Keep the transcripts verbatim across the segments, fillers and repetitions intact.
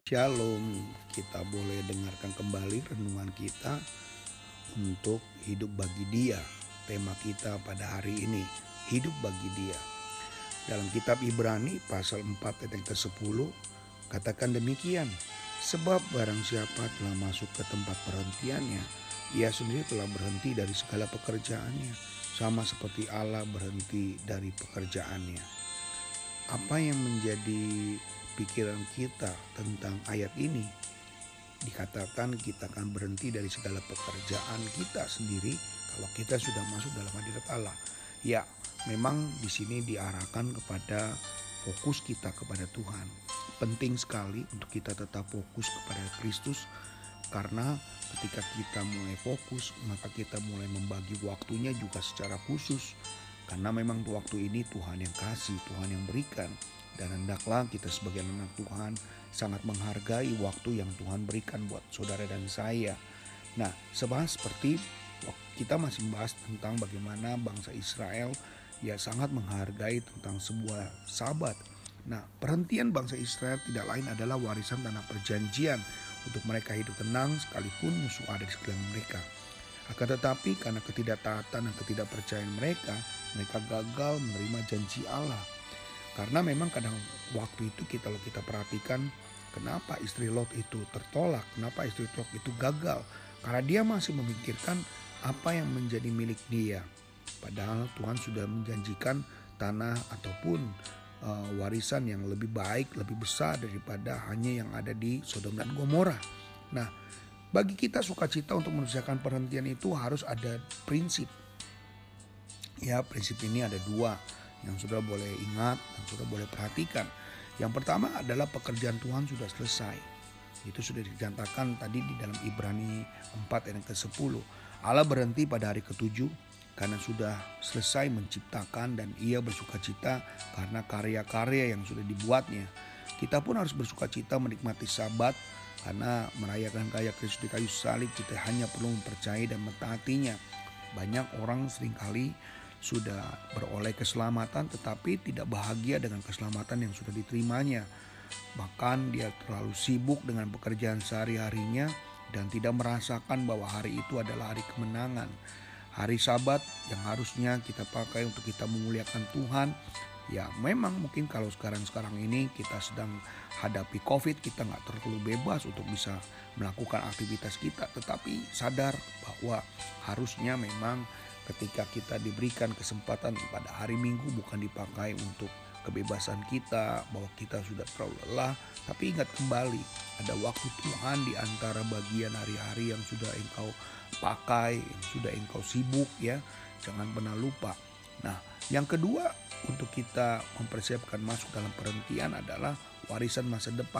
Shalom, kita boleh dengarkan kembali renungan kita untuk hidup bagi Dia. Tema kita pada hari ini, hidup bagi Dia. Dalam kitab Ibrani pasal empat ayat yang kesepuluh katakan demikian, sebab barang siapa telah masuk ke tempat perhentiannya, ia sendiri telah berhenti dari segala pekerjaannya, sama seperti Allah berhenti dari pekerjaannya. Apa yang menjadi pikiran kita tentang ayat ini? Dikatakan kita akan berhenti dari segala pekerjaan kita sendiri kalau kita sudah masuk dalam hadirat Allah. Ya, memang di sini diarahkan kepada fokus kita kepada Tuhan. Penting sekali untuk kita tetap fokus kepada Kristus, karena ketika kita mulai fokus, maka kita mulai membagi waktunya juga secara khusus. Karena memang waktu ini Tuhan yang kasih, Tuhan yang berikan. Dan hendaklah kita sebagai anak Tuhan sangat menghargai waktu yang Tuhan berikan buat saudara dan saya. Nah, sebab seperti kita masih membahas tentang bagaimana bangsa Israel ya sangat menghargai tentang sebuah sabat. Nah, perhentian bangsa Israel tidak lain adalah warisan tanah perjanjian untuk mereka hidup tenang sekalipun musuh ada di sekeliling mereka. Akan tetapi karena ketidaktaatan dan ketidakpercayaan mereka, mereka gagal menerima janji Allah. Karena memang kadang waktu itu kita kalau kita perhatikan, kenapa istri Lot itu tertolak, kenapa istri Lot itu gagal. Karena dia masih memikirkan apa yang menjadi milik dia. Padahal Tuhan sudah menjanjikan tanah ataupun uh, warisan yang lebih baik, lebih besar daripada hanya yang ada di Sodom dan Gomora. Nah, bagi kita sukacita untuk mengerjakan perhentian itu harus ada prinsip. Ya, prinsip ini ada dua yang sudah boleh ingat dan sudah boleh perhatikan. Yang pertama adalah pekerjaan Tuhan sudah selesai. Itu sudah dinyatakan tadi di dalam Ibrani empat ayat ke sepuluh. Allah berhenti pada hari ketujuh karena sudah selesai menciptakan, dan ia bersukacita karena karya-karya yang sudah dibuatnya. Kita pun harus bersukacita menikmati Sabat, karena merayakan karya Kristus di kayu salib kita hanya perlu mempercayai dan mentaatinya. Banyak orang seringkali sudah beroleh keselamatan tetapi tidak bahagia dengan keselamatan yang sudah diterimanya. Bahkan dia terlalu sibuk dengan pekerjaan sehari-harinya dan tidak merasakan bahwa hari itu adalah hari kemenangan. Hari Sabat yang harusnya kita pakai untuk kita memuliakan Tuhan. Ya memang mungkin kalau sekarang-sekarang ini kita sedang hadapi COVID, kita gak terlalu bebas untuk bisa melakukan aktivitas kita. Tetapi sadar bahwa harusnya memang ketika kita diberikan kesempatan pada hari Minggu bukan dipakai untuk kebebasan kita, bahwa kita sudah terlalu lelah. Tapi ingat kembali, ada waktu Tuhan di antara bagian hari-hari yang sudah engkau pakai, yang sudah engkau sibuk ya. Jangan pernah lupa. Nah, yang kedua untuk kita mempersiapkan masuk dalam perhentian adalah warisan masa depan.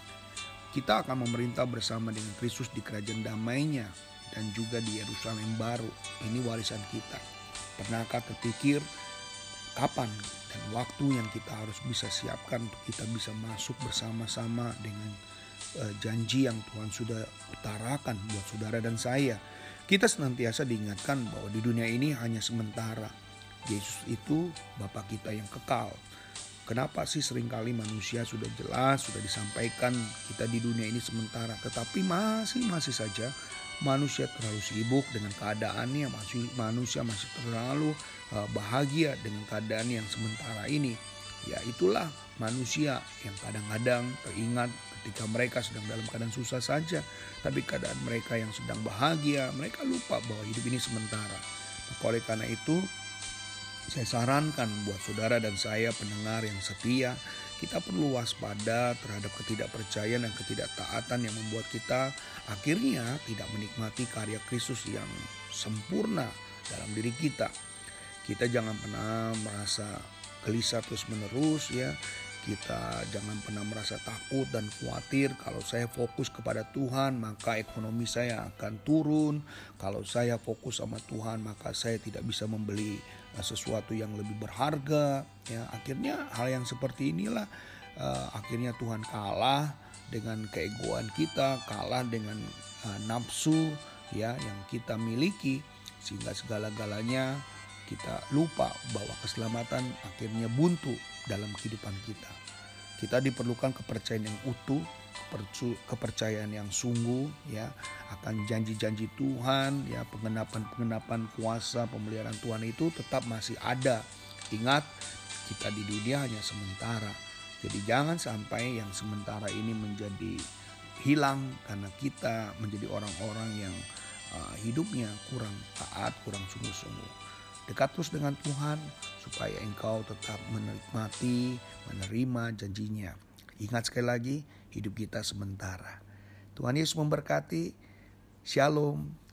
Kita akan memerintah bersama dengan Kristus di kerajaan damai-Nya dan juga di Yerusalem baru. Ini warisan kita. Pernahkah terpikir kapan dan waktu yang kita harus bisa siapkan untuk kita bisa masuk bersama-sama dengan uh, janji yang Tuhan sudah utarakan buat saudara dan saya. Kita senantiasa diingatkan bahwa di dunia ini hanya sementara. Yesus itu Bapa kita yang kekal. Kenapa sih seringkali manusia sudah jelas, sudah disampaikan kita di dunia ini sementara, tetapi masih masih saja manusia terlalu sibuk dengan keadaannya, masih manusia masih terlalu uh, bahagia dengan keadaan yang sementara ini. Ya itulah manusia yang kadang-kadang teringat ketika mereka sedang dalam keadaan susah saja, tapi keadaan mereka yang sedang bahagia, mereka lupa bahwa hidup ini sementara. Maka oleh karena itu, saya sarankan buat saudara dan saya pendengar yang setia, kita perlu waspada terhadap ketidakpercayaan dan ketidaktaatan yang membuat kita akhirnya tidak menikmati karya Kristus yang sempurna dalam diri kita. Kita jangan pernah merasa gelisah terus menerus ya. Kita jangan pernah merasa takut dan khawatir. Kalau saya fokus kepada Tuhan maka ekonomi saya akan turun. Kalau saya fokus sama Tuhan maka saya tidak bisa membeli sesuatu yang lebih berharga. Ya, akhirnya hal yang seperti inilah uh, akhirnya Tuhan kalah dengan keegoan kita, kalah dengan uh, nafsu ya yang kita miliki, sehingga segala-galanya kita lupa bahwa keselamatan akhirnya buntu dalam kehidupan kita. Kita diperlukan kepercayaan yang utuh, kepercayaan yang sungguh ya akan janji-janji Tuhan, ya penggenapan-penggenapan kuasa pemeliharaan Tuhan itu tetap masih ada. Ingat, kita di dunia hanya sementara. Jadi jangan sampai yang sementara ini menjadi hilang karena kita menjadi orang-orang yang uh, hidupnya kurang taat, kurang sungguh-sungguh. Dekat terus dengan Tuhan supaya engkau tetap menikmati, menerima janjinya. Ingat sekali lagi, hidup kita sementara. Tuhan Yesus memberkati. Shalom.